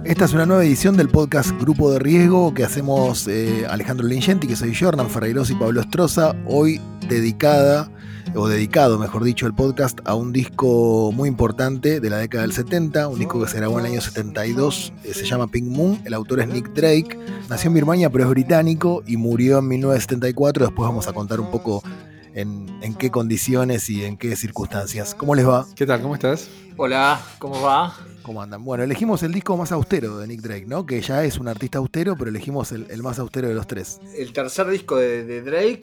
Esta es una nueva edición del podcast Grupo de Riesgo que hacemos Alejandro Lingenti, que soy yo, Hernán Ferreiros y Pablo Estroza. Hoy dedicado, mejor dicho, el podcast a un disco muy importante de la década del 70, un disco que se grabó en el año 72, se llama Pink Moon, el autor es Nick Drake, nació en Birmania pero es británico y murió en 1974, después vamos a contar un poco en qué condiciones y en qué circunstancias. ¿Cómo les va? ¿Qué tal? ¿Cómo estás? Hola, ¿cómo va? ¿Cómo andan? Bueno, elegimos el disco más austero de Nick Drake, ¿no? Que ya es un artista austero, pero elegimos el más austero de los tres. El tercer disco de Drake,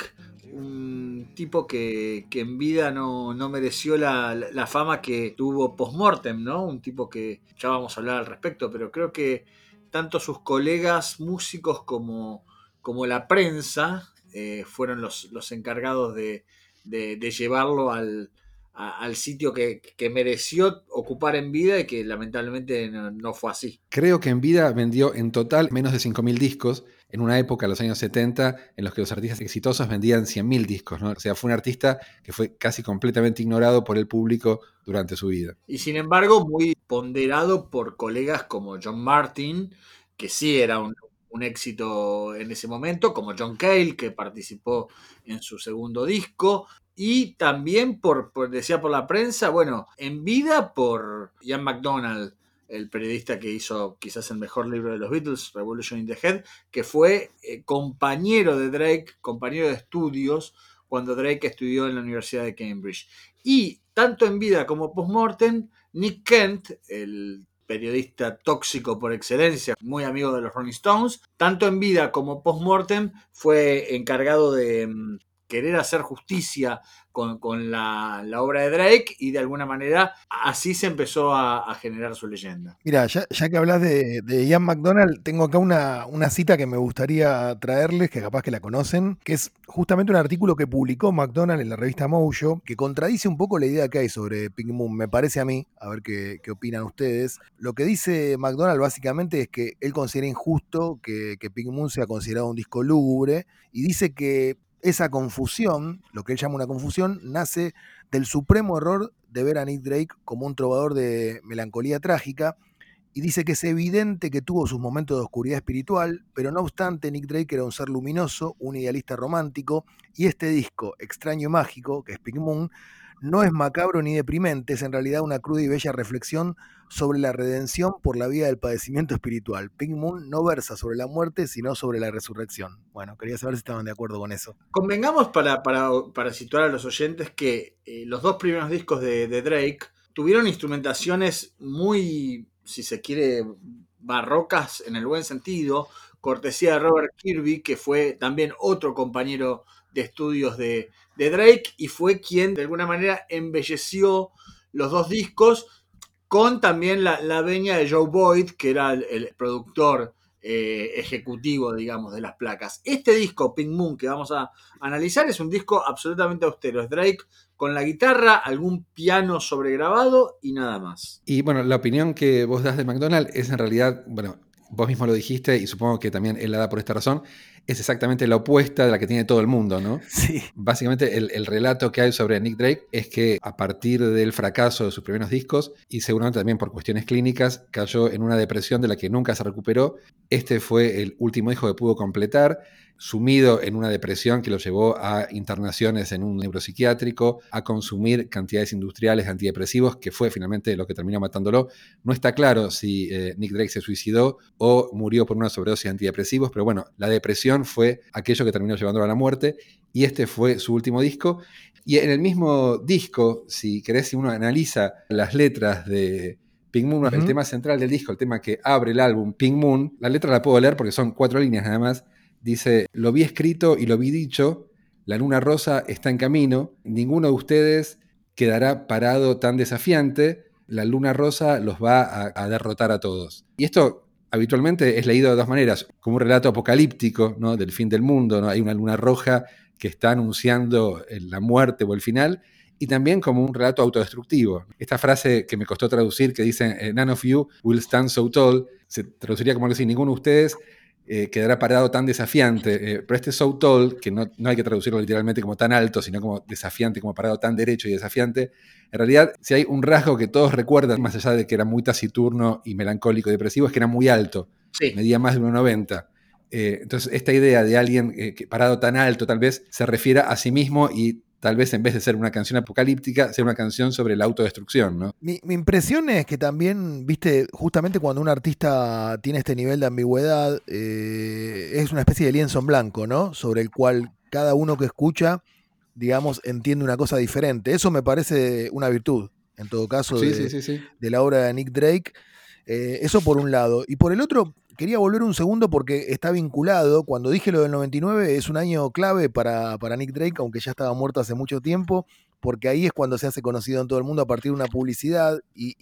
un tipo que en vida no mereció la fama que tuvo post-mortem, ¿no? Un tipo que ya vamos a hablar al respecto, pero creo que tanto sus colegas músicos como la prensa fueron los encargados de llevarlo al sitio que mereció ocupar en vida y que lamentablemente no fue así. Creo que en vida vendió en total menos de 5.000 discos, en una época, los años 70, en los que los artistas exitosos vendían 100.000 discos, ¿no? O sea, fue un artista que fue casi completamente ignorado por el público durante su vida. Y sin embargo, muy ponderado por colegas como John Martyn, que sí era un éxito en ese momento, como John Cale, que participó en su segundo disco, y también decía por la prensa, bueno, en vida por Ian MacDonald, el periodista que hizo quizás el mejor libro de los Beatles, Revolution in the Head, que fue compañero de Drake, compañero de estudios, cuando Drake estudió en la Universidad de Cambridge. Y tanto en vida como post-mortem, Nick Kent, el periodista tóxico por excelencia, muy amigo de los Rolling Stones, tanto en vida como post-mortem fue encargado de querer hacer justicia con la obra de Drake, y de alguna manera así se empezó a generar su leyenda. Mira, ya que hablas de Ian MacDonald, tengo acá una cita que me gustaría traerles, que capaz que la conocen, que es justamente un artículo que publicó MacDonald en la revista Mojo, que contradice un poco la idea que hay sobre Pink Moon, me parece a mí, a ver qué opinan ustedes. Lo que dice MacDonald básicamente es que él considera injusto que Pink Moon sea considerado un disco lúgubre, y dice que esa confusión, lo que él llama una confusión, nace del supremo error de ver a Nick Drake como un trovador de melancolía trágica, y dice que es evidente que tuvo sus momentos de oscuridad espiritual, pero no obstante Nick Drake era un ser luminoso, un idealista romántico, y este disco, extraño y mágico, que es Pink Moon, no es macabro ni deprimente, es en realidad una cruda y bella reflexión sobre la redención por la vía del padecimiento espiritual. Pink Moon no versa sobre la muerte, sino sobre la resurrección. Bueno, quería saber si estaban de acuerdo con eso. Convengamos para situar a los oyentes que los dos primeros discos de Drake tuvieron instrumentaciones muy, si se quiere, barrocas en el buen sentido, cortesía de Robert Kirby, que fue también otro compañero de estudios de Drake, y fue quien de alguna manera embelleció los dos discos, con también la venia de Joe Boyd, que era el productor ejecutivo, digamos, de las placas. Este disco, Pink Moon, que vamos a analizar, es un disco absolutamente austero. Es Drake con la guitarra, algún piano sobregrabado y nada más. Y bueno, la opinión que vos das de MacDonald es en realidad, bueno, vos mismo lo dijiste y supongo que también él la da por esta razón, es exactamente la opuesta de la que tiene todo el mundo, ¿no? Sí. Básicamente el relato que hay sobre Nick Drake es que a partir del fracaso de sus primeros discos y seguramente también por cuestiones clínicas cayó en una depresión de la que nunca se recuperó. Este fue el último disco que pudo completar, sumido en una depresión que lo llevó a internaciones en un neuropsiquiátrico, a consumir cantidades industriales de antidepresivos, que fue finalmente lo que terminó matándolo. No está claro si Nick Drake se suicidó o murió por una sobredosis de antidepresivos, pero bueno, la depresión fue aquello que terminó llevándolo a la muerte, y este fue su último disco. Y en el mismo disco, si querés, si uno analiza las letras de Pink Moon, el tema central del disco, el tema que abre el álbum, Pink Moon, la letra la puedo leer porque son 4 líneas nada más. Dice: lo vi escrito y lo vi dicho, la luna rosa está en camino, ninguno de ustedes quedará parado tan desafiante, la luna rosa los va a derrotar a todos. Y esto habitualmente es leído de dos maneras, como un relato apocalíptico, ¿no?, del fin del mundo, ¿no? Hay una luna roja que está anunciando la muerte o el final, y también como un relato autodestructivo. Esta frase que me costó traducir, que dice "None of you will stand so tall", se traduciría como algo así: ninguno de ustedes quedará parado tan desafiante. Pero este so tall, que no hay que traducirlo literalmente como tan alto, sino como desafiante, como parado tan derecho y desafiante, en realidad, si hay un rasgo que todos recuerdan, más allá de que era muy taciturno y melancólico y depresivo, es que era muy alto. Sí. Medía más de 1,90. Entonces, esta idea de alguien parado tan alto tal vez se refiera a sí mismo y tal vez en vez de ser una canción apocalíptica, sea una canción sobre la autodestrucción, ¿no? Mi impresión es que también, viste, justamente cuando un artista tiene este nivel de ambigüedad, es una especie de lienzo en blanco, ¿no? Sobre el cual cada uno que escucha, digamos, entiende una cosa diferente. Eso me parece una virtud, en todo caso, Sí. de la obra de Nick Drake. Eso por un lado. Y por el otro, quería volver un segundo porque está vinculado. Cuando dije lo del 99, es un año clave para Nick Drake, aunque ya estaba muerto hace mucho tiempo, porque ahí es cuando se hace conocido en todo el mundo a partir de una publicidad.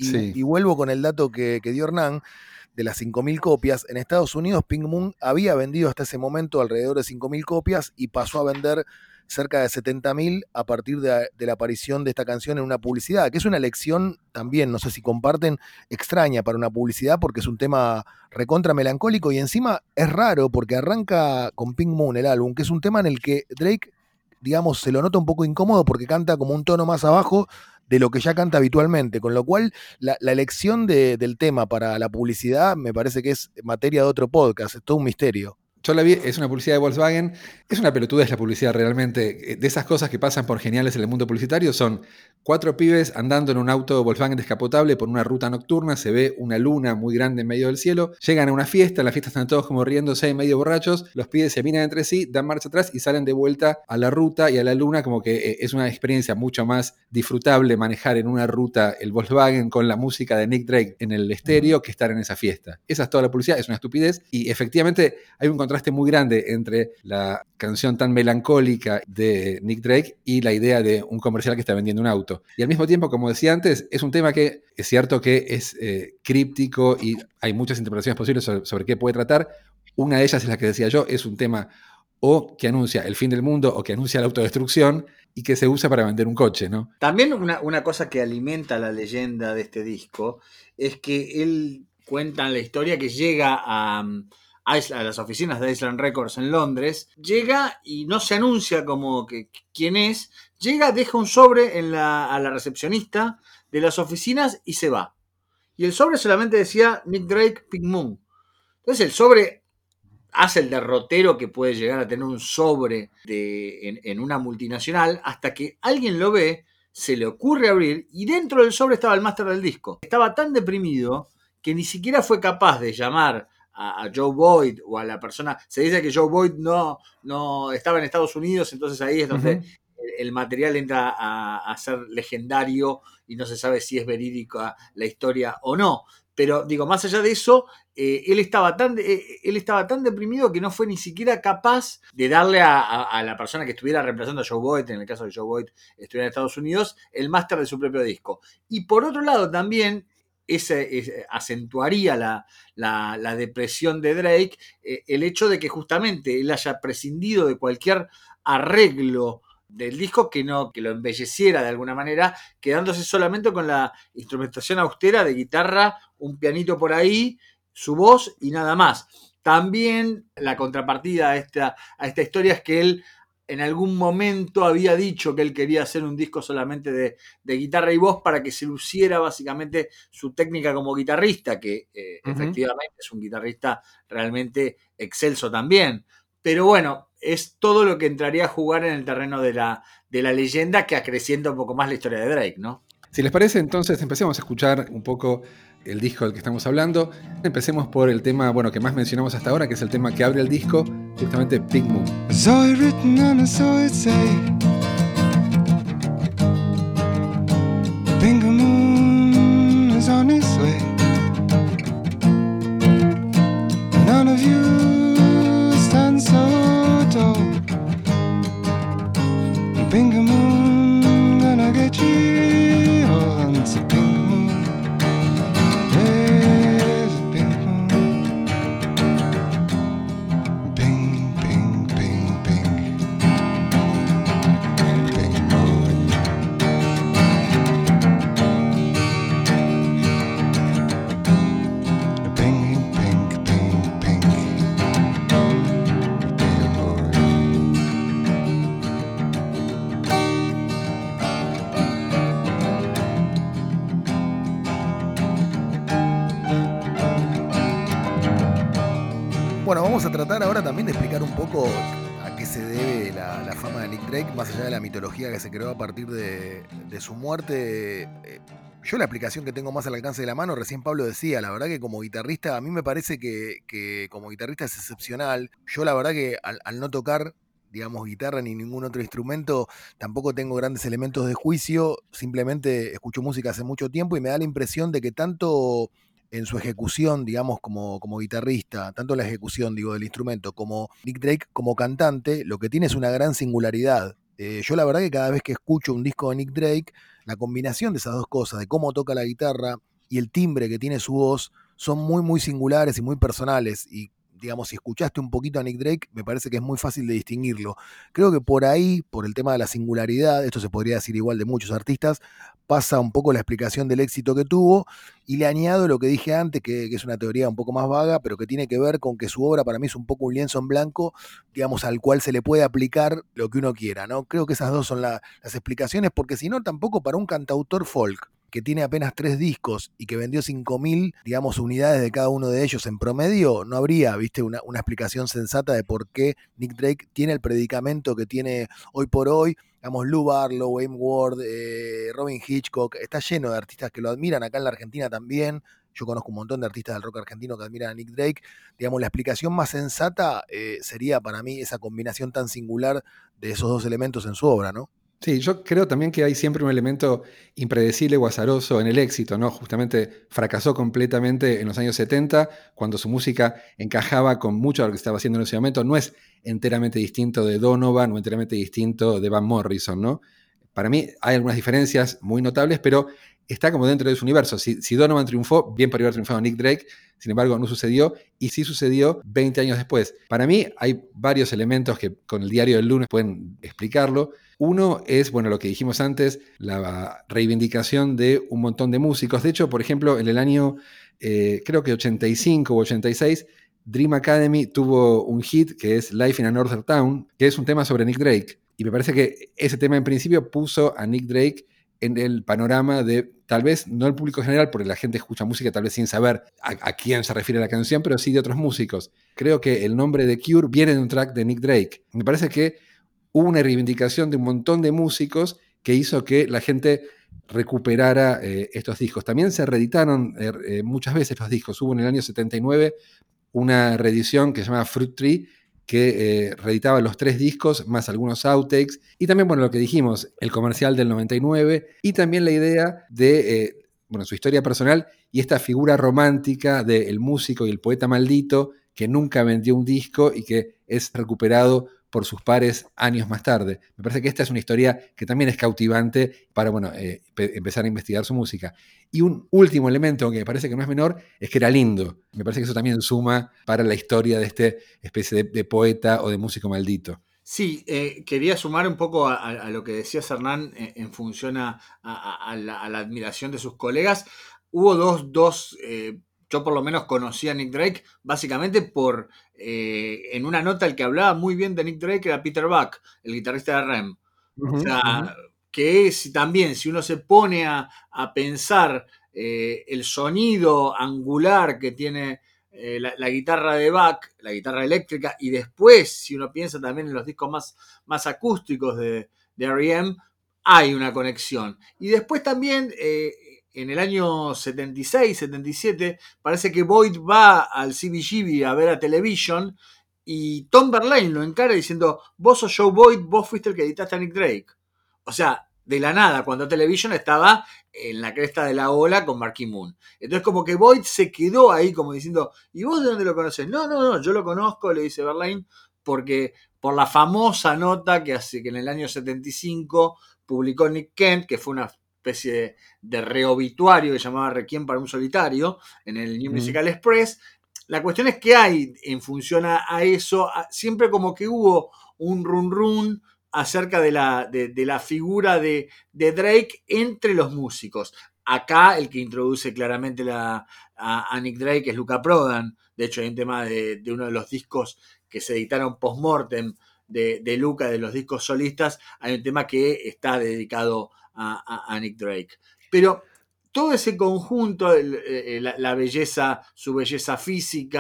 Y vuelvo con el dato que dio Hernán, de las 5.000 copias. En Estados Unidos, Pink Moon había vendido hasta ese momento alrededor de 5.000 copias y pasó a vender cerca de 70.000 a partir de la aparición de esta canción en una publicidad, que es una elección también, no sé si comparten, extraña para una publicidad porque es un tema recontra melancólico y encima es raro porque arranca con Pink Moon el álbum, que es un tema en el que Drake, digamos, se lo nota un poco incómodo porque canta como un tono más abajo de lo que ya canta habitualmente, con lo cual la elección del tema para la publicidad me parece que es materia de otro podcast, es todo un misterio. Yo la vi, es una publicidad de Volkswagen, es una pelotudez la publicidad realmente. De esas cosas que pasan por geniales en el mundo publicitario son 4 pibes andando en un auto Volkswagen descapotable por una ruta nocturna, se ve una luna muy grande en medio del cielo, llegan a una fiesta, en la fiesta están todos como riéndose, medio borrachos, los pibes se miran entre sí, dan marcha atrás y salen de vuelta a la ruta y a la luna, como que es una experiencia mucho más disfrutable manejar en una ruta el Volkswagen con la música de Nick Drake en el estéreo que estar en esa fiesta. Esa es toda la publicidad, es una estupidez y efectivamente hay un contraste muy grande entre la canción tan melancólica de Nick Drake y la idea de un comercial que está vendiendo un auto. Y al mismo tiempo, como decía antes, es un tema que es cierto que es críptico y hay muchas interpretaciones posibles sobre qué puede tratar. Una de ellas es la que decía yo, es un tema o que anuncia el fin del mundo o que anuncia la autodestrucción y que se usa para vender un coche, ¿no? También una cosa que alimenta la leyenda de este disco es que él cuenta en la historia que llega a las oficinas de Island Records en Londres, llega y no se anuncia como que quién es, llega, deja un sobre a la recepcionista de las oficinas y se va. Y el sobre solamente decía Nick Drake, Pink Moon. Entonces el sobre hace el derrotero que puede llegar a tener un sobre en una multinacional hasta que alguien lo ve, se le ocurre abrir y dentro del sobre estaba el máster del disco. Estaba tan deprimido que ni siquiera fue capaz de llamar a Joe Boyd o a la persona. Se dice que Joe Boyd no estaba en Estados Unidos, entonces ahí es donde el material entra a ser legendario y no se sabe si es verídica la historia o no. Pero digo, más allá de eso, él estaba tan deprimido que no fue ni siquiera capaz de darle a la persona que estuviera reemplazando a Joe Boyd, en el caso de Joe Boyd estuviera en Estados Unidos, el máster de su propio disco. Y por otro lado también acentuaría la depresión de Drake el hecho de que justamente él haya prescindido de cualquier arreglo del disco que lo embelleciera de alguna manera, quedándose solamente con la instrumentación austera de guitarra, un pianito por ahí, su voz y nada más. También la contrapartida a esta historia es que él en algún momento había dicho que él quería hacer un disco solamente de guitarra y voz para que se luciera básicamente su técnica como guitarrista, que efectivamente es un guitarrista realmente excelso también. Pero bueno, es todo lo que entraría a jugar en el terreno de la leyenda que acrecienta un poco más la historia de Drake, ¿no? Si les parece, entonces empecemos a escuchar un poco el disco del que estamos hablando. Empecemos por el tema, bueno, que más mencionamos hasta ahora, que es el tema que abre el disco, justamente Pink Moon. I saw it written and I saw it say, Pink Moon is on its way. None of you stand so tall. Pink Moon gonna get you all onto Pink Moon. There's a Pink Moon. Pink, pink, pink, pink. Pink Moon. Bueno, vamos a tratar ahora también de explicar un poco a qué se debe la fama de Nick Drake, más allá de la mitología que se creó a partir de su muerte. Yo la explicación que tengo más al alcance de la mano, recién Pablo decía, la verdad que como guitarrista, a mí me parece que como guitarrista es excepcional. Yo la verdad que al no tocar, digamos, guitarra ni ningún otro instrumento, tampoco tengo grandes elementos de juicio, simplemente escucho música hace mucho tiempo y me da la impresión de que tanto en su ejecución, digamos, como guitarrista, tanto la ejecución, digo, del instrumento, como Nick Drake como cantante, lo que tiene es una gran singularidad. Yo la verdad que cada vez que escucho un disco de Nick Drake, la combinación de esas dos cosas, de cómo toca la guitarra y el timbre que tiene su voz, son muy, muy singulares y muy personales. Y, digamos, si escuchaste un poquito a Nick Drake, me parece que es muy fácil de distinguirlo. Creo que por ahí, por el tema de la singularidad, esto se podría decir igual de muchos artistas, pasa un poco la explicación del éxito que tuvo y le añado lo que dije antes, que es una teoría un poco más vaga, pero que tiene que ver con que su obra para mí es un poco un lienzo en blanco, digamos, al cual se le puede aplicar lo que uno quiera, ¿no? Creo que esas dos son las explicaciones, porque si no, tampoco para un cantautor folk que tiene apenas 3 discos y que vendió 5.000, digamos, unidades de cada uno de ellos en promedio, no habría, viste, una explicación sensata de por qué Nick Drake tiene el predicamento que tiene hoy por hoy. Digamos, Lou Barlow, Aime Ward, Robin Hitchcock, está lleno de artistas que lo admiran, acá en la Argentina también. Yo conozco un montón de artistas del rock argentino que admiran a Nick Drake. Digamos, la explicación más sensata sería para mí esa combinación tan singular de esos dos elementos en su obra, ¿no? Sí, yo creo también que hay siempre un elemento impredecible o azaroso en el éxito, ¿no? Justamente fracasó completamente en los años 70, cuando su música encajaba con mucho de lo que estaba haciendo en ese momento. No es enteramente distinto de Donovan o enteramente distinto de Van Morrison, ¿no? Para mí hay algunas diferencias muy notables, pero está como dentro de su universo. Si Donovan triunfó, bien podría haber triunfado Nick Drake, sin embargo no sucedió, y sí sucedió 20 años después. Para mí hay varios elementos que con el diario del lunes pueden explicarlo. Uno es, bueno, lo que dijimos antes, la reivindicación de un montón de músicos. De hecho, por ejemplo, en el año, creo que 85 o 86, Dream Academy tuvo un hit que es Life in a Northern Town, que es un tema sobre Nick Drake. Y me parece que ese tema en principio puso a Nick Drake en el panorama de, tal vez no el público general, porque la gente escucha música tal vez sin saber a quién se refiere la canción, pero sí de otros músicos. Creo que el nombre de Cure viene de un track de Nick Drake. Me parece que hubo una reivindicación de un montón de músicos que hizo que la gente recuperara estos discos. También se reeditaron muchas veces los discos. Hubo en el año 79 una reedición que se llama Fruit Tree, que reeditaba los 3 discos, más algunos outtakes, y también, bueno, lo que dijimos, el comercial del 99, y también la idea de, bueno, su historia personal y esta figura romántica del músico y el poeta maldito que nunca vendió un disco y que es recuperado por sus pares años más tarde. Me parece que esta es una historia que también es cautivante para, bueno, empezar a investigar su música. Y un último elemento que me parece que no es menor es que era lindo. Me parece que eso también suma para la historia de este especie de poeta o de músico maldito. Sí, quería sumar un poco a lo que decías, Hernán, en función a la admiración de sus colegas. Hubo yo por lo menos conocí a Nick Drake básicamente en una nota el que hablaba muy bien de Nick Drake era Peter Buck, el guitarrista de REM. O sea, que también, si uno se pone a pensar el sonido angular que tiene la guitarra de Bach, la guitarra eléctrica, y después, si uno piensa también en los discos más acústicos de R.E.M., hay una conexión. Y después también, en el año 76, 77, parece que Boyd va al CBGB a ver a Television y Tom Verlaine lo encara diciendo, vos sos Joe Boyd, vos fuiste el que editaste a Nick Drake. O sea, de la nada, cuando Television estaba en la cresta de la ola con Marquee Moon. Entonces como que Boyd se quedó ahí como diciendo, ¿y vos de dónde lo conocés? No, yo lo conozco, le dice Verlaine, porque por la famosa nota que en el año 75 publicó Nick Kent, que fue una especie de reobituario que llamaba Requiem para un solitario, en el New Musical Express. La cuestión es que hay, en función a eso, siempre como que hubo un run acerca de la figura de Drake entre los músicos. Acá el que introduce claramente a Nick Drake es Luca Prodan. De hecho, hay un tema de uno de los discos que se editaron post-mortem de Luca, de los discos solistas. Hay un tema que está dedicado a Nick Drake. Pero todo ese conjunto, la belleza, su belleza física,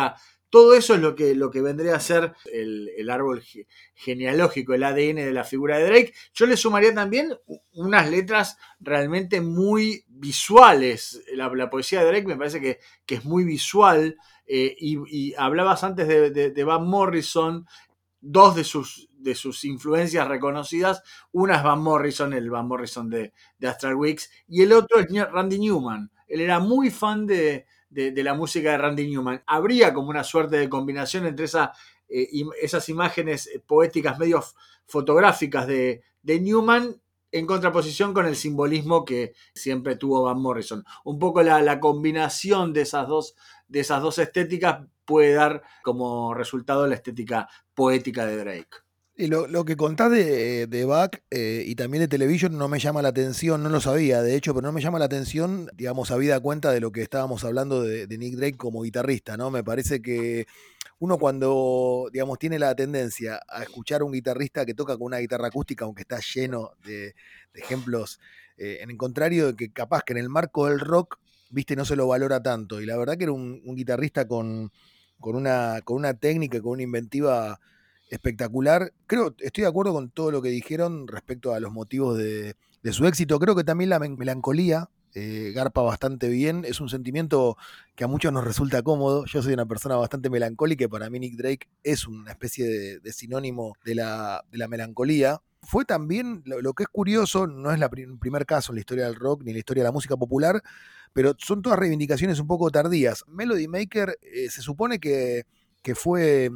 Todo eso es lo que vendría a ser el árbol genealógico, el ADN de la figura de Drake. Yo le sumaría también unas letras realmente muy visuales. La poesía de Drake me parece que es muy visual. Y hablabas antes de Van Morrison, dos de sus influencias reconocidas. Una es Van Morrison, el Van Morrison de Astral Weeks, y el otro es Randy Newman. Él era muy fan de la música de Randy Newman. Habría como una suerte de combinación entre esas imágenes poéticas medio fotográficas de Newman en contraposición con el simbolismo que siempre tuvo Van Morrison. Un poco la combinación de esas dos estéticas puede dar como resultado la estética poética de Drake. Y lo que contás de Bach y también de Television no me llama la atención, no lo sabía de hecho, pero no me llama la atención, digamos, habida cuenta de lo que estábamos hablando de Nick Drake como guitarrista, ¿no? Me parece que uno cuando, digamos, tiene la tendencia a escuchar a un guitarrista que toca con una guitarra acústica, aunque está lleno de ejemplos, en el contrario de que capaz que en el marco del rock, viste, no se lo valora tanto. Y la verdad que era un guitarrista con una técnica, con una inventiva espectacular. Creo, estoy de acuerdo con todo lo que dijeron respecto a los motivos de su éxito. Creo que también la melancolía garpa bastante bien. Es un sentimiento que a muchos nos resulta cómodo. Yo soy una persona bastante melancólica y para mí Nick Drake es una especie de sinónimo de la melancolía. Fue también, lo que es curioso, no es el primer caso en la historia del rock ni en la historia de la música popular, pero son todas reivindicaciones un poco tardías. Melody Maker se supone que fue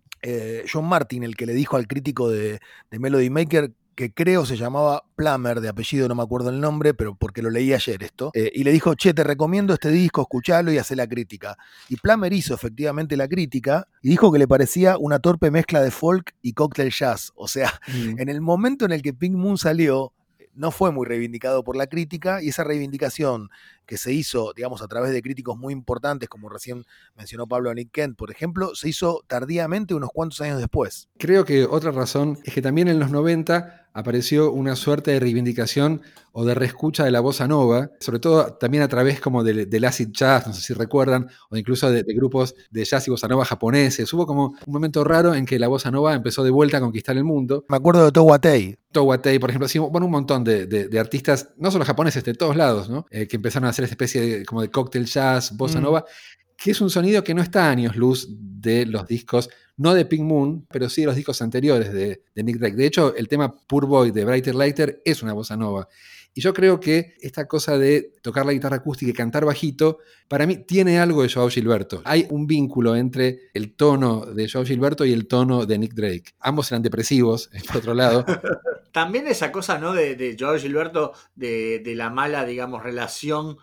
John Martin el que le dijo al crítico de Melody Maker, que creo se llamaba Plummer, de apellido no me acuerdo el nombre, pero porque lo leí ayer esto, y le dijo, che, te recomiendo este disco, escuchalo y hacé la crítica. Y Plummer hizo efectivamente la crítica y dijo que le parecía una torpe mezcla de folk y cocktail jazz. O sea, en el momento en el que Pink Moon salió, no fue muy reivindicado por la crítica, y esa reivindicación que se hizo, digamos, a través de críticos muy importantes, como recién mencionó Pablo Nick Kent, por ejemplo, se hizo tardíamente unos cuantos años después. Creo que otra razón es que también en los 90 apareció una suerte de reivindicación o de reescucha de la bossa nova, sobre todo también a través como del acid jazz, no sé si recuerdan, o incluso de grupos de jazz y bossa nova japoneses. Hubo como un momento raro en que la bossa nova empezó de vuelta a conquistar el mundo. Me acuerdo de Towatei. Towatei, por ejemplo, sí, bueno, un montón de artistas, no solo japoneses, de todos lados, ¿no? Que empezaron a hacer esta especie como de cocktail jazz, bossa nova, que es un sonido que no está a años luz de los discos, no de Pink Moon, pero sí de los discos anteriores de Nick Drake. De hecho, el tema Poor Boy de Brighter Lighter es una bossa nova. Y yo creo que esta cosa de tocar la guitarra acústica y cantar bajito, para mí tiene algo de Joao Gilberto. Hay un vínculo entre el tono de Joao Gilberto y el tono de Nick Drake. Ambos eran depresivos, por otro lado. También esa cosa, ¿no? De Joao Gilberto, de la mala, digamos, relación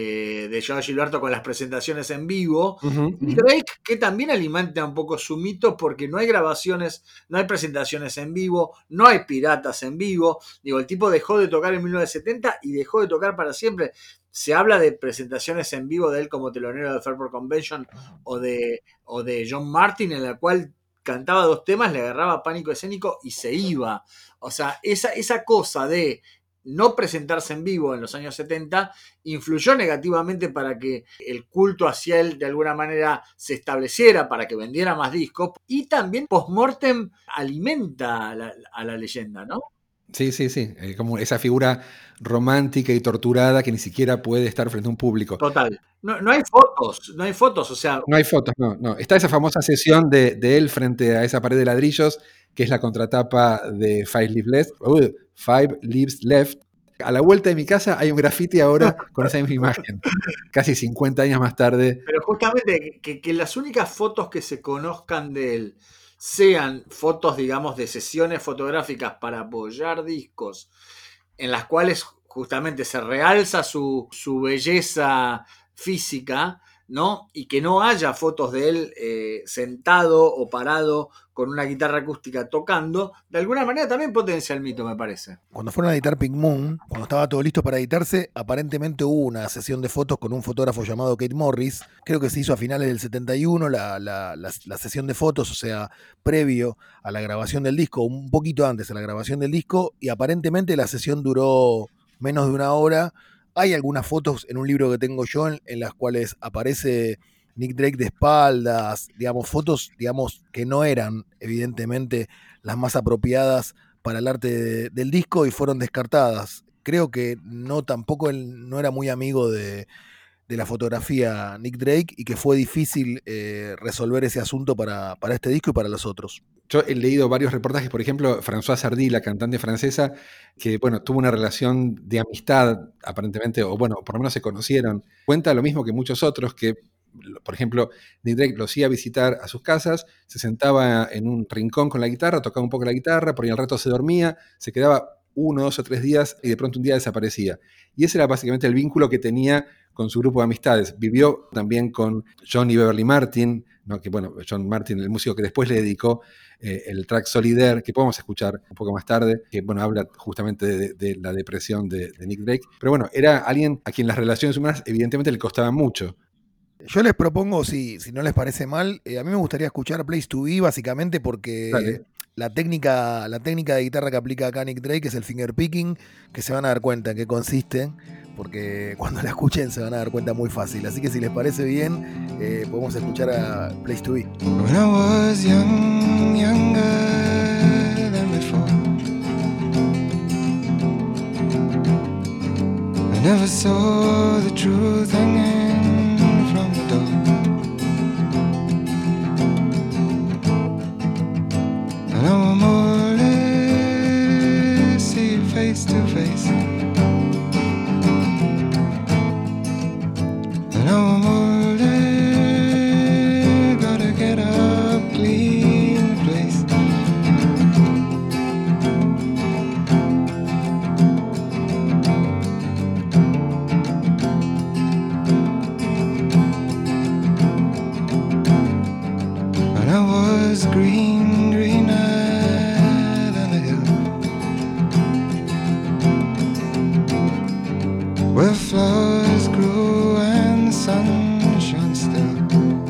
de Joao Gilberto con las presentaciones en vivo. Y Drake, que también alimenta un poco su mito, porque no hay grabaciones, no hay presentaciones en vivo, no hay piratas en vivo. Digo, el tipo dejó de tocar en 1970 y dejó de tocar para siempre. Se habla de presentaciones en vivo de él como telonero de Fairport Convention o de John Martin, en la cual cantaba 2 temas, le agarraba pánico escénico y se iba. O sea, esa cosa de no presentarse en vivo en los años 70 influyó negativamente para que el culto hacia él de alguna manera se estableciera, para que vendiera más discos, y también post-mortem alimenta a la leyenda, ¿no? Sí, sí, sí, como esa figura romántica y torturada que ni siquiera puede estar frente a un público. Total. No hay fotos, no hay fotos, o sea... No hay fotos, no. Está esa famosa sesión de él frente a esa pared de ladrillos, que es la contratapa de Five Leaves Left. A la vuelta de mi casa hay un graffiti ahora con esa misma imagen, casi 50 años más tarde. Pero justamente que las únicas fotos que se conozcan de él sean fotos, digamos, de sesiones fotográficas para apoyar discos, en las cuales justamente se realza su belleza física, ¿no? Y que no haya fotos de él sentado o parado con una guitarra acústica tocando, de alguna manera también potencia el mito, me parece. Cuando fueron a editar Pink Moon, cuando estaba todo listo para editarse, aparentemente hubo una sesión de fotos con un fotógrafo llamado Kate Morris. Creo que se hizo a finales del 71 la sesión de fotos, o sea, previo a la grabación del disco, un poquito antes de la grabación del disco, y aparentemente la sesión duró menos de una hora. Hay algunas fotos en un libro que tengo yo en las cuales aparece Nick Drake de espaldas, digamos, fotos, digamos, que no eran evidentemente las más apropiadas para el arte del disco y fueron descartadas. Creo que no tampoco él no era muy amigo de la fotografía Nick Drake y que fue difícil resolver ese asunto para este disco y para los otros. Yo he leído varios reportajes, por ejemplo, Françoise Hardy, la cantante francesa, que bueno, tuvo una relación de amistad, aparentemente, o bueno, por lo menos se conocieron. Cuenta lo mismo que muchos otros, que por ejemplo, Nick Drake los iba a visitar a sus casas, se sentaba en un rincón con la guitarra, tocaba un poco la guitarra, por ahí al rato se dormía, se quedaba 1, 2 o 3 días y de pronto un día desaparecía. Y ese era básicamente el vínculo que tenía con su grupo de amistades. Vivió también con John y Beverly Martin, ¿no? Que bueno, John Martin, el músico que después le dedicó el track Solidaire, que podemos escuchar un poco más tarde, que bueno, habla justamente de la depresión de Nick Drake. Pero bueno, era alguien a quien las relaciones humanas evidentemente le costaban mucho. Yo les propongo, si no les parece mal, a mí me gustaría escuchar Place to Be básicamente porque Dale. la técnica de guitarra que aplica acá Nick Drake es el finger picking, que se van a dar cuenta en qué consiste, porque cuando la escuchen se van a dar cuenta muy fácil. Así que si les parece bien, podemos escuchar a Place to Be. When I was young, younger than before, I never saw the truth hanging from the door. And I will more or less see you face to face. And I will more or less gotta get up, clean the place. And I was green, greener than the hill, where flowers grew and the sun shone still.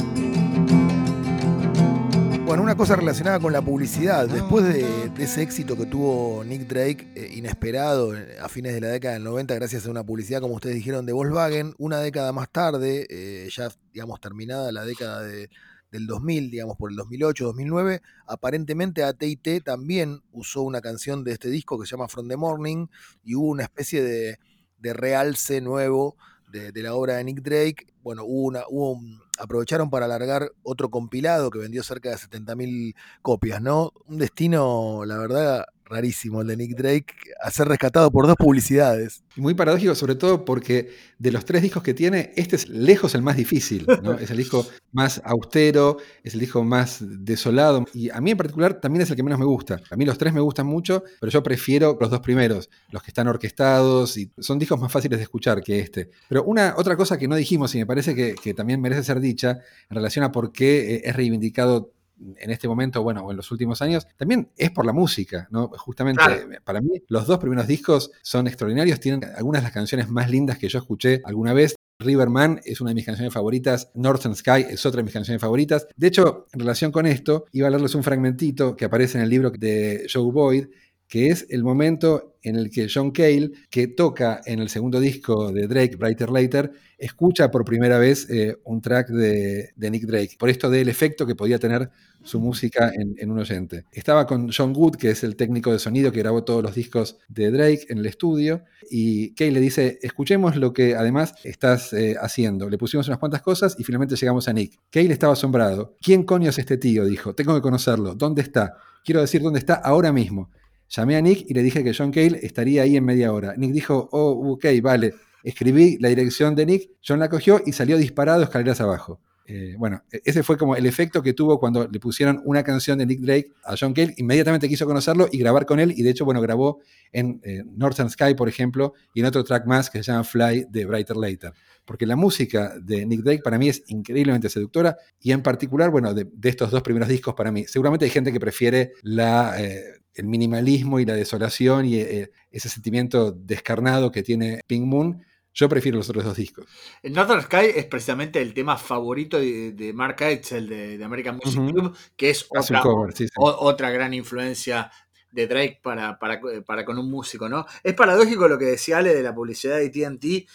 Bueno, una cosa relacionada con la publicidad. Después de ese éxito que tuvo Nick Drake, inesperado a fines de la década del 90, gracias a una publicidad, como ustedes dijeron, de Volkswagen, una década más tarde, ya digamos terminada la década del 2000, digamos por el 2008, 2009, aparentemente AT&T también usó una canción de este disco que se llama From the Morning y hubo una especie de realce nuevo de la obra de Nick Drake. Bueno, aprovecharon para alargar otro compilado que vendió cerca de 70.000 copias, ¿no? Un destino, la verdad, rarísimo el de Nick Drake, a ser rescatado por 2 publicidades. Muy paradójico, sobre todo porque de los 3 discos que tiene, este es lejos el más difícil, ¿no? Es el disco más austero, es el disco más desolado, y a mí en particular también es el que menos me gusta. A mí los 3 me gustan mucho, pero yo prefiero los 2 primeros, los que están orquestados, y son discos más fáciles de escuchar que este. Pero otra cosa que no dijimos, y me parece que también merece ser dicha, en relación a por qué es reivindicado en este momento, bueno, o en los últimos años, también es por la música, ¿no? Justamente, claro. Para mí, los 2 primeros discos son extraordinarios, tienen algunas de las canciones más lindas que yo escuché alguna vez. Riverman es una de mis canciones favoritas, Northern Sky es otra de mis canciones favoritas. De hecho, en relación con esto, iba a leerles un fragmentito que aparece en el libro de Joe Boyd, que es el momento en el que John Cale, que toca en el segundo disco de Drake, Brighter Later, escucha por primera vez un track de Nick Drake, por esto del efecto que podía tener su música en un oyente. Estaba con John Wood, que es el técnico de sonido que grabó todos los discos de Drake en el estudio, y Cale le dice, escuchemos lo que además estás haciendo. Le pusimos unas cuantas cosas y finalmente llegamos a Nick. Cale estaba asombrado. ¿Quién coño es este tío? Dijo, tengo que conocerlo. ¿Dónde está? Quiero decir dónde está ahora mismo. Llamé a Nick y le dije que John Cale estaría ahí en media hora. Nick dijo, oh, ok, vale. Escribí la dirección de Nick, John la cogió y salió disparado escaleras abajo. Bueno, ese fue como el efecto que tuvo cuando le pusieron una canción de Nick Drake a John Cale. Inmediatamente quiso conocerlo y grabar con él, y de hecho, bueno, grabó en Northern Sky, por ejemplo, y en otro track más que se llama Fly de Brighter Later. Porque la música de Nick Drake para mí es increíblemente seductora, y en particular, bueno, de estos 2 primeros discos para mí. Seguramente hay gente que prefiere el minimalismo y la desolación y ese sentimiento descarnado que tiene Pink Moon. Yo prefiero los otros 2 discos. El Northern Sky es precisamente el tema favorito de Mark Eitzel de American Music Club, que es otra gran influencia de Drake para con un músico, ¿no? Es paradójico lo que decía Ale de la publicidad de AT&T,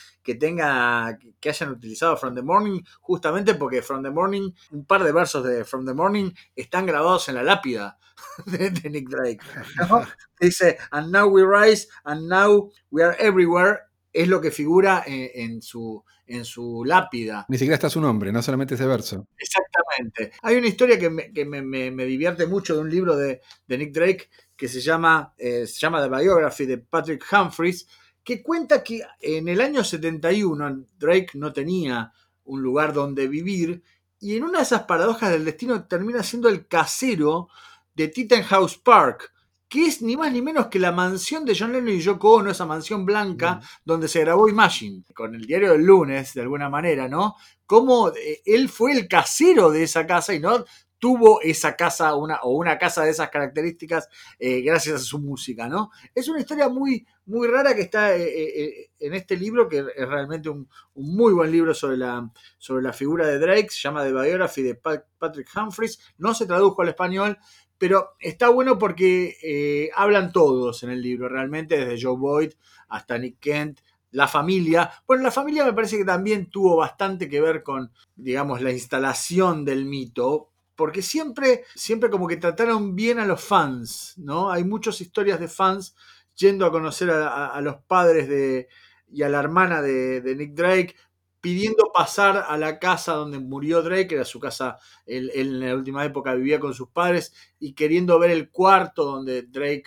que hayan utilizado From the Morning, justamente porque From the Morning, un par de versos de From the Morning están grabados en la lápida de Nick Drake, ¿no? Dice, and now we rise, and now we are everywhere, es lo que figura en su lápida. Ni siquiera está su nombre, no solamente ese verso. Exactamente. Hay una historia que me divierte mucho de un libro de Nick Drake que se llama The Biography de Patrick Humphries, que cuenta que en el año 71 Drake no tenía un lugar donde vivir y en una de esas paradojas del destino termina siendo el casero de Tittenhouse Park, que es ni más ni menos que la mansión de John Lennon y Yoko Ono, esa mansión blanca donde se grabó Imagine, con el diario del lunes, de alguna manera, ¿no? Cómo él fue el casero de esa casa y no tuvo esa casa o una casa de esas características gracias a su música, ¿no? Es una historia muy, muy rara que está en este libro, que es realmente un muy buen libro sobre la figura de Drake, se llama The Biography de Patrick Humphries, no se tradujo al español, pero está bueno porque hablan todos en el libro, realmente, desde Joe Boyd hasta Nick Kent, la familia. Bueno, la familia me parece que también tuvo bastante que ver con, digamos, la instalación del mito, porque siempre como que trataron bien a los fans, ¿no? Hay muchas historias de fans yendo a conocer a los padres y a la hermana de Nick Drake, pidiendo pasar a la casa donde murió Drake, que era su casa, él en la última época vivía con sus padres, y queriendo ver el cuarto donde Drake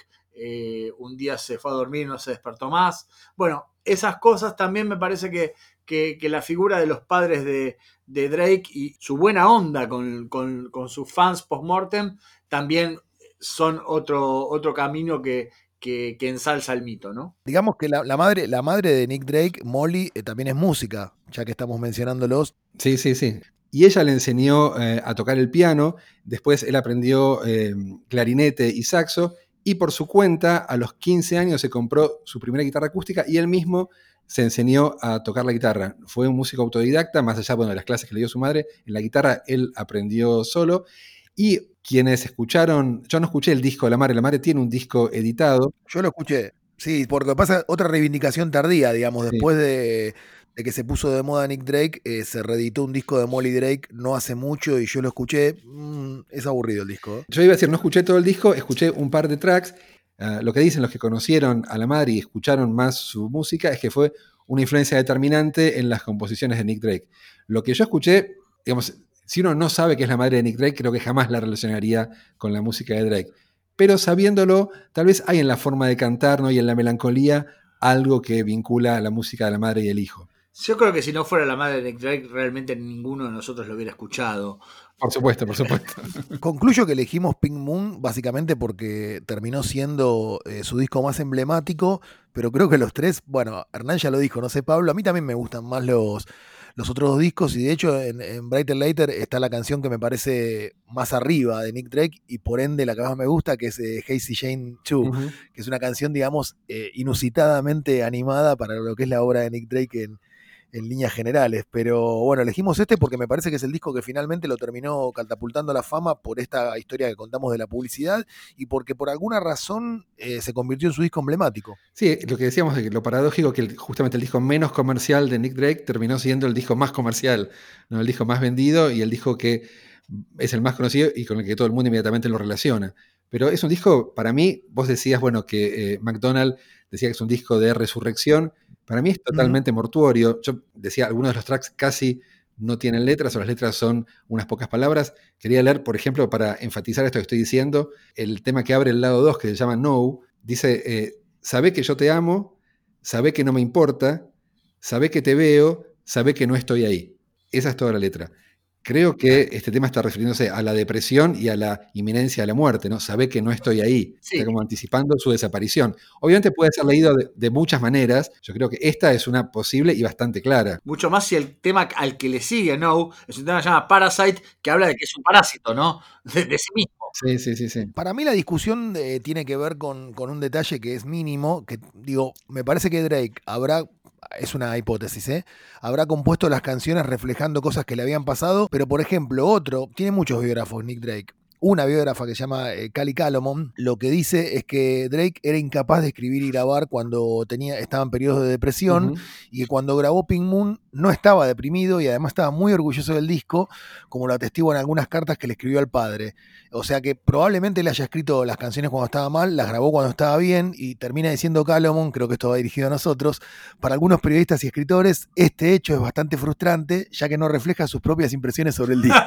un día se fue a dormir y no se despertó más. Bueno, esas cosas también me parece que la figura de los padres de Drake y su buena onda con sus fans post-mortem también son otro camino que ensalza el mito, ¿no? Digamos que la madre de Nick Drake, Molly, también es música, ya que estamos mencionándolos. Sí, sí, sí. Y ella le enseñó a tocar el piano, después él aprendió clarinete y saxo, y por su cuenta, a los 15 años se compró su primera guitarra acústica y él mismo se enseñó a tocar la guitarra. Fue un músico autodidacta, más allá de las clases que le dio su madre. En la guitarra él aprendió solo. Y quienes escucharon, yo no escuché el disco de la madre tiene un disco editado. Yo lo escuché, sí, porque pasa otra reivindicación tardía, digamos, Sí. después de que se puso de moda Nick Drake, se reeditó un disco de Molly Drake no hace mucho y yo lo escuché, es aburrido el disco. Yo iba a decir, no escuché todo el disco, escuché un par de tracks. Lo que dicen los que conocieron a la madre y escucharon más su música es que fue una influencia determinante en las composiciones de Nick Drake. Lo que yo escuché, digamos, si uno no sabe que es la madre de Nick Drake, creo que jamás la relacionaría con la música de Drake. Pero sabiéndolo, tal vez hay en la forma de cantar, ¿no? Y en la melancolía algo que vincula la música de la madre y el hijo. Yo creo que si no fuera la madre de Nick Drake, realmente ninguno de nosotros lo hubiera escuchado. Por supuesto, por supuesto. Concluyo que elegimos Pink Moon básicamente porque terminó siendo su disco más emblemático, pero creo que los tres, bueno, Hernán ya lo dijo, no sé Pablo, a mí también me gustan más los otros dos discos y de hecho en Brighter Later está la canción que me parece más arriba de Nick Drake y por ende la que más me gusta, que es Hazy Jane 2, que es una canción, digamos, inusitadamente animada para lo que es la obra de Nick Drake en líneas generales, pero bueno, elegimos este porque me parece que es el disco que finalmente lo terminó catapultando a la fama por esta historia que contamos de la publicidad y porque por alguna razón se convirtió en su disco emblemático. Sí, lo que decíamos de que lo paradójico que justamente el disco menos comercial de Nick Drake terminó siendo el disco más comercial, ¿no? El disco más vendido y el disco que es el más conocido y con el que todo el mundo inmediatamente lo relaciona. Pero es un disco, para mí, vos decías, bueno, que McDonald decía que es un disco de resurrección. Para mí es totalmente mortuorio. Yo decía, algunos de los tracks casi no tienen letras o las letras son unas pocas palabras. Quería leer, por ejemplo, para enfatizar esto que estoy diciendo, el tema que abre el lado 2, que se llama No, dice, sabé que yo te amo, sabé que no me importa, sabé que te veo, sabé que no estoy ahí. Esa es toda la letra. Creo que este tema está refiriéndose a la depresión y a la inminencia de la muerte, ¿no? Sabe que no estoy ahí, sí. Está como anticipando su desaparición. Obviamente puede ser leído de muchas maneras, yo creo que esta es una posible y bastante clara. Mucho más si el tema al que le sigue, No, es un tema que se llama Parasite, que habla de que es un parásito, ¿no? De sí mismo. Sí. Para mí la discusión tiene que ver con un detalle que es mínimo, que digo, me parece que Drake es una hipótesis, habrá compuesto las canciones reflejando cosas que le habían pasado, pero por ejemplo, tiene muchos biógrafos, Nick Drake, una biógrafa que se llama Cali Calomon, lo que dice es que Drake era incapaz de escribir y grabar cuando estaba en periodos de depresión, y que cuando grabó Pink Moon no estaba deprimido y además estaba muy orgulloso del disco, como lo atestiguan algunas cartas que le escribió al padre. O sea que probablemente le haya escrito las canciones cuando estaba mal, las grabó cuando estaba bien, y termina diciendo Calomon, creo que esto va dirigido a nosotros: para algunos periodistas y escritores, este hecho es bastante frustrante, ya que no refleja sus propias impresiones sobre el disco.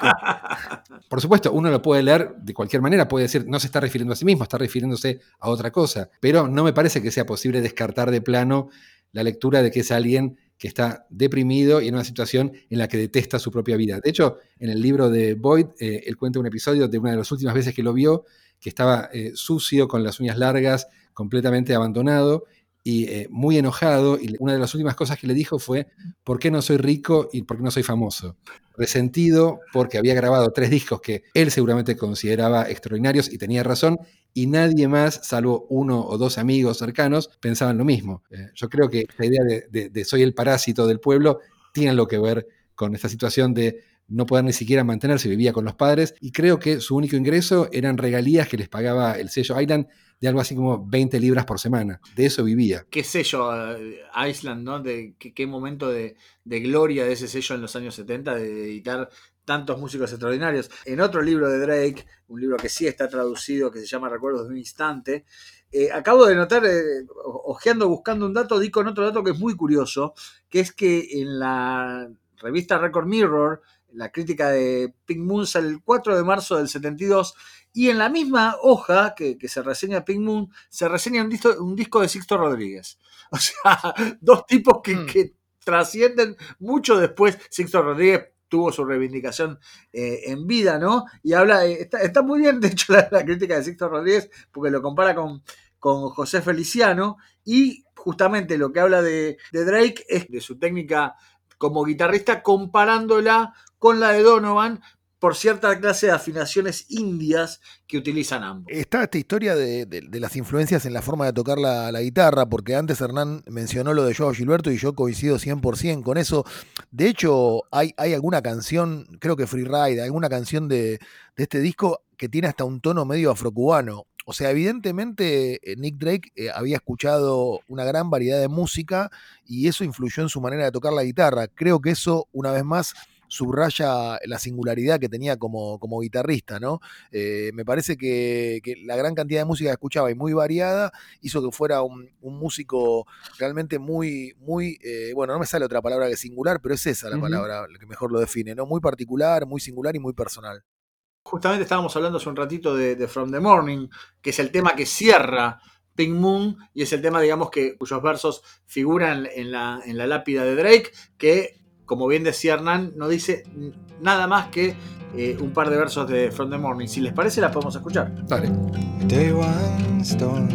Por supuesto, uno lo puede leer de cualquier manera, puede decir, no se está refiriendo a sí mismo, está refiriéndose a otra cosa, pero no me parece que sea posible descartar de plano la lectura de que es alguien que está deprimido y en una situación en la que detesta su propia vida. De hecho, en el libro de Boyd, él cuenta un episodio de una de las últimas veces que lo vio, que estaba sucio, con las uñas largas, completamente abandonado y muy enojado, y una de las últimas cosas que le dijo fue: ¿por qué no soy rico y por qué no soy famoso? Resentido porque había grabado 3 discos que él seguramente consideraba extraordinarios, y tenía razón, y nadie más, salvo 1 o 2 amigos cercanos, pensaban lo mismo. Yo creo que la idea de soy el parásito del pueblo tiene algo que ver con esta situación de no poder ni siquiera mantenerse. Vivía con los padres y creo que su único ingreso eran regalías que les pagaba el sello Island, de algo así como 20 libras por semana. De eso vivía. Qué sello Island, ¿no? Qué momento de gloria de ese sello en los años 70, de editar tantos músicos extraordinarios. En otro libro de Drake, un libro que sí está traducido, que se llama Recuerdos de un instante, acabo de notar, ojeando, buscando un dato, di con otro dato que es muy curioso, que es que en la revista Record Mirror, la crítica de Pink Moon sale el 4 de marzo del 72, y en la misma hoja que se reseña Pink Moon, se reseña un disco de Sixto Rodríguez. O sea, dos tipos que trascienden mucho después. Sixto Rodríguez tuvo su reivindicación en vida, ¿no? Y habla, está muy bien, de hecho, la crítica de Sixto Rodríguez, porque lo compara con José Feliciano, y justamente lo que habla de Drake es de su técnica como guitarrista, comparándola con la de Donovan por cierta clase de afinaciones indias que utilizan ambos. Está esta historia de las influencias en la forma de tocar la guitarra, porque antes Hernán mencionó lo de Joao Gilberto y yo coincido 100% con eso. De hecho, hay alguna canción, creo que Freeride, alguna canción de este disco que tiene hasta un tono medio afrocubano. O sea, evidentemente Nick Drake había escuchado una gran variedad de música y eso influyó en su manera de tocar la guitarra. Creo que eso, una vez más, subraya la singularidad que tenía como guitarrista, ¿no? Me parece que la gran cantidad de música que escuchaba y muy variada hizo que fuera un músico realmente muy, bueno, no me sale otra palabra que singular, pero es esa la palabra que mejor lo define, ¿no? Muy particular, muy singular y muy personal. Justamente estábamos hablando hace un ratito de From the Morning, que es el tema que cierra Pink Moon, y es el tema, digamos, cuyos versos figuran en la lápida de Drake, que, como bien decía Hernán, no dice nada más que un par de versos de From the Morning. Si les parece, las podemos escuchar. Dale. Day one storm,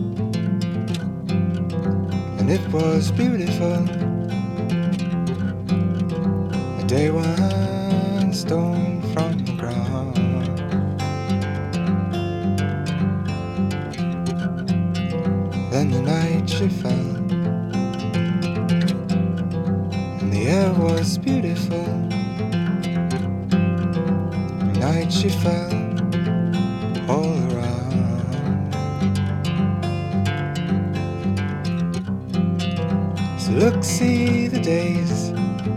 and it was beautiful. A day one storm from the ground. Then the night she fell, and the air was beautiful. The night she fell all around. So look, see the days,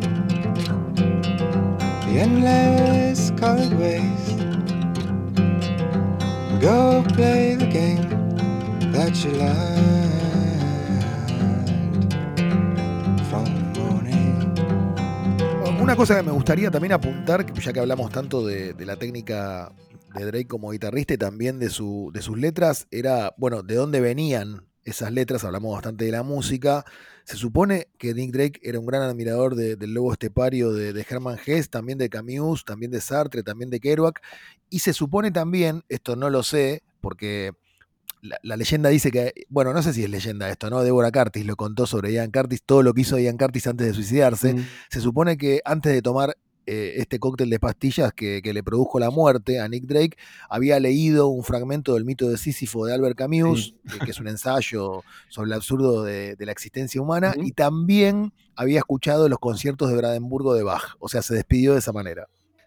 the endless colored ways. Go play the game that you learned from the morning. Una cosa que me gustaría también apuntar, ya que hablamos tanto de la técnica de Drake como guitarrista y también de sus letras, era, bueno, de dónde venían esas letras. Hablamos bastante de la música. Se supone que Nick Drake era un gran admirador del lobo estepario de Hermann Hesse, también de Camus, también de Sartre, también de Kerouac, y se supone también, esto no lo sé, porque la leyenda dice que, bueno, no sé si es leyenda esto, ¿no? Deborah Curtis lo contó sobre Ian Curtis, todo lo que hizo Ian Curtis antes de suicidarse. Se supone que antes de tomar este cóctel de pastillas que le produjo la muerte a Nick Drake, había leído un fragmento del mito de Sísifo de Albert Camus, que es un ensayo sobre el absurdo de la existencia humana, y también había escuchado los conciertos de Brandenburgo de Bach. O sea, se despidió de esa manera.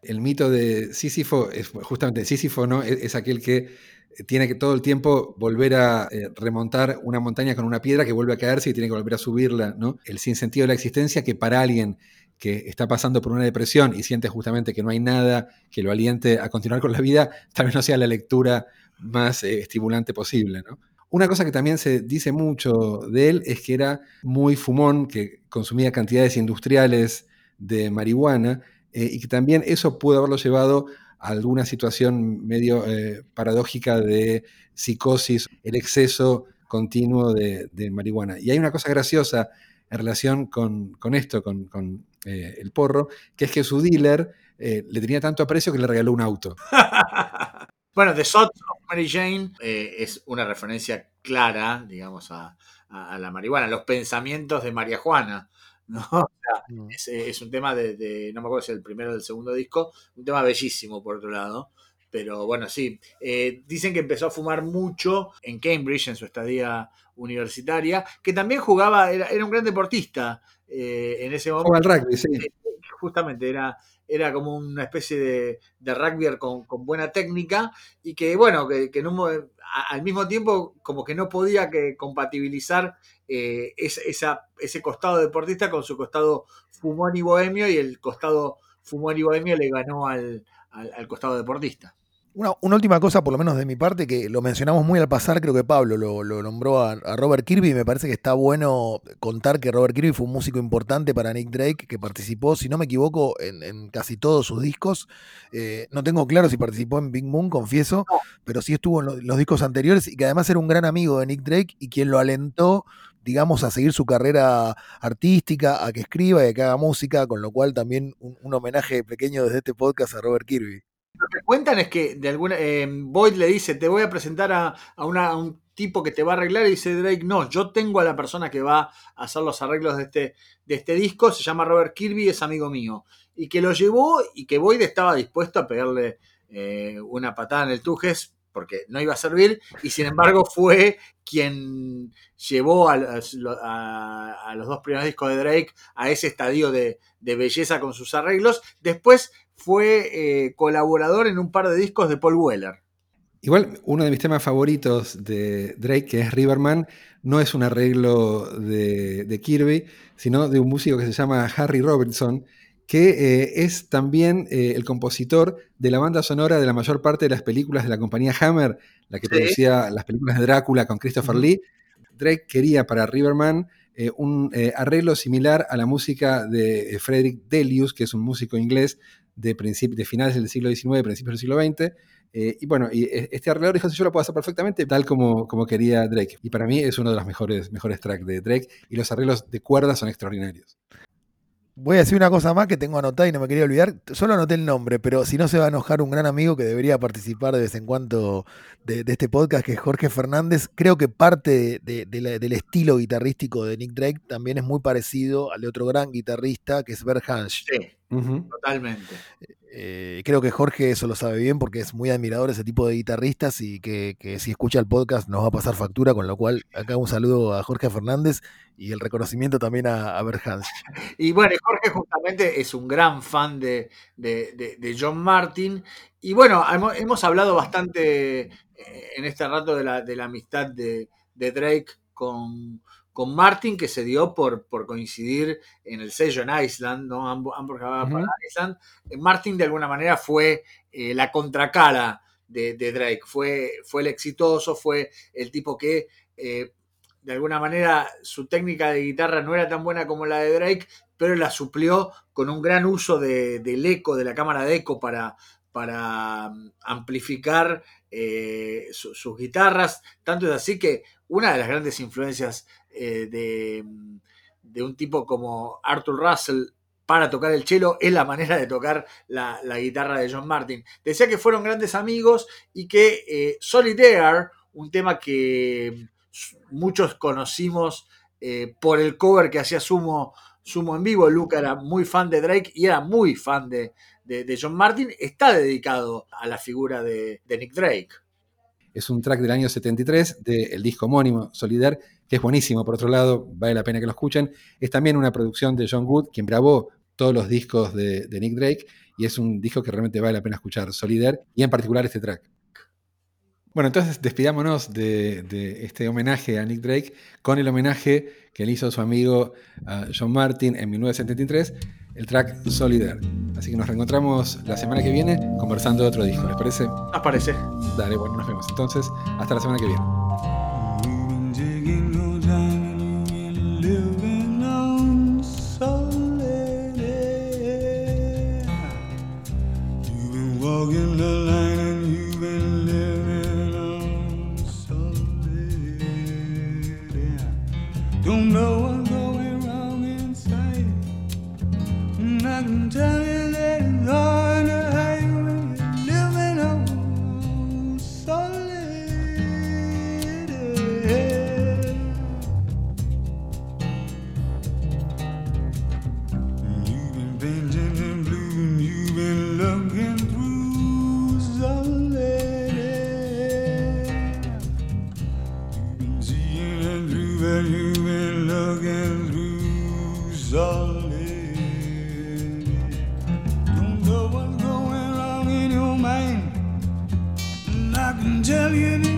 El mito de Sísifo es justamente Sísifo, ¿no? Es aquel que tiene que todo el tiempo volver a remontar una montaña con una piedra que vuelve a caerse y tiene que volver a subirla, ¿no? El sinsentido de la existencia, que para alguien que está pasando por una depresión y siente justamente que no hay nada que lo aliente a continuar con la vida, tal vez no sea la lectura más estimulante posible, ¿no? Una cosa que también se dice mucho de él es que era muy fumón, que consumía cantidades industriales de marihuana, y que también eso pudo haberlo llevado a alguna situación medio paradójica de psicosis, el exceso continuo de marihuana. Y hay una cosa graciosa en relación con esto, con el porro, que es que su dealer le tenía tanto aprecio que le regaló un auto. Bueno, The Thoughts of Mary Jane es una referencia clara, digamos, a la marihuana, los pensamientos de María Juana, ¿no? O sea, es un tema no me acuerdo si es el primero o el segundo disco, un tema bellísimo por otro lado, pero bueno, sí, dicen que empezó a fumar mucho en Cambridge en su estadía universitaria, que también jugaba, era un gran deportista en ese Juega momento. al rugby, sí. Justamente era como una especie de rugby con buena técnica y que, bueno, que al mismo tiempo como que no podía compatibilizar ese costado deportista con su costado fumón y bohemio, y el costado fumón y bohemio le ganó al costado deportista. Una última cosa, por lo menos de mi parte, que lo mencionamos muy al pasar, creo que Pablo lo nombró a Robert Kirby, y me parece que está bueno contar que Robert Kirby fue un músico importante para Nick Drake, que participó, si no me equivoco, en casi todos sus discos. No tengo claro si participó en Big Moon, confieso, pero sí estuvo en los discos anteriores, y que además era un gran amigo de Nick Drake y quien lo alentó, digamos, a seguir su carrera artística, a que escriba y a que haga música, con lo cual también un homenaje pequeño desde este podcast a Robert Kirby. Lo que cuentan es que Boyd le dice, te voy a presentar a un tipo que te va a arreglar, y dice Drake, no, yo tengo a la persona que va a hacer los arreglos de este disco, se llama Robert Kirby, es amigo mío, y que lo llevó, y que Boyd estaba dispuesto a pegarle una patada en el tujes porque no iba a servir, y sin embargo fue quien llevó a los dos primeros discos de Drake a ese estadio de belleza con sus arreglos. Después fue colaborador en un par de discos de Paul Weller. Igual, uno de mis temas favoritos de Drake, que es Riverman, no es un arreglo de Kirby, sino de un músico que se llama Harry Robertson, que es también el compositor de la banda sonora de la mayor parte de las películas de la compañía Hammer, la que producía las películas de Drácula con Christopher Lee. Drake quería para Riverman un arreglo similar a la música de Frederick Delius, que es un músico inglés de finales del siglo XIX, principios del siglo XX. Y bueno, este arreglador dijo, yo lo puedo hacer perfectamente, tal como quería Drake. Y para mí es uno de los mejores tracks de Drake, y los arreglos de cuerdas son extraordinarios. Voy a decir una cosa más que tengo anotada y no me quería olvidar. Solo anoté el nombre, pero si no se va a enojar un gran amigo que debería participar de vez en cuando de este podcast, que es Jorge Fernández. Creo que parte del estilo guitarrístico de Nick Drake también es muy parecido al de otro gran guitarrista, que es Bert Hansch. Sí, totalmente. Creo que Jorge eso lo sabe bien porque es muy admirador de ese tipo de guitarristas, y que si escucha el podcast nos va a pasar factura, con lo cual acá un saludo a Jorge Fernández y el reconocimiento también a Bert Hansch. Y bueno, Jorge justamente es un gran fan de John Martyn, y bueno, hemos hablado bastante en este rato de la amistad de Drake con Martyn, que se dio por coincidir en el sello en Island, ¿no? Ambos grababan para Island. Martyn de alguna manera fue la contracara de Drake, fue el exitoso, fue el tipo que de alguna manera su técnica de guitarra no era tan buena como la de Drake, pero la suplió con un gran uso del eco, de la cámara de eco para amplificar sus guitarras. Tanto es así que una de las grandes influencias de un tipo como Arthur Russell para tocar el cello es la manera de tocar la guitarra de John Martyn. Decía que fueron grandes amigos, y que Solitaire, un tema que muchos conocimos por el cover que hacía Sumo en vivo. Luca era muy fan de Drake y era muy fan de John Martyn. Está dedicado a la figura de Nick Drake. Es un track del año 73 del disco homónimo, Solidaire, que es buenísimo, por otro lado, vale la pena que lo escuchen. Es también una producción de John Wood, quien grabó todos los discos de Nick Drake, y es un disco que realmente vale la pena escuchar, Solidaire, y en particular este track. Bueno, entonces despidámonos de este homenaje a Nick Drake con el homenaje que le hizo su amigo John Martyn en 1973, el track Solidaire. Así que nos reencontramos la semana que viene conversando de otro disco, ¿les parece? Nos parece. Dale, bueno, nos vemos. Entonces, hasta la semana que viene. Walking the line and you've been living on solid. Don't know what's going wrong inside, and I can tell you that it's hard to hide when you're living on solid. You've been painting in blue and you've been looking through solid. You've been seeing it through, but you've been looking through solid. Don't know what's going wrong in your mind, and I can tell you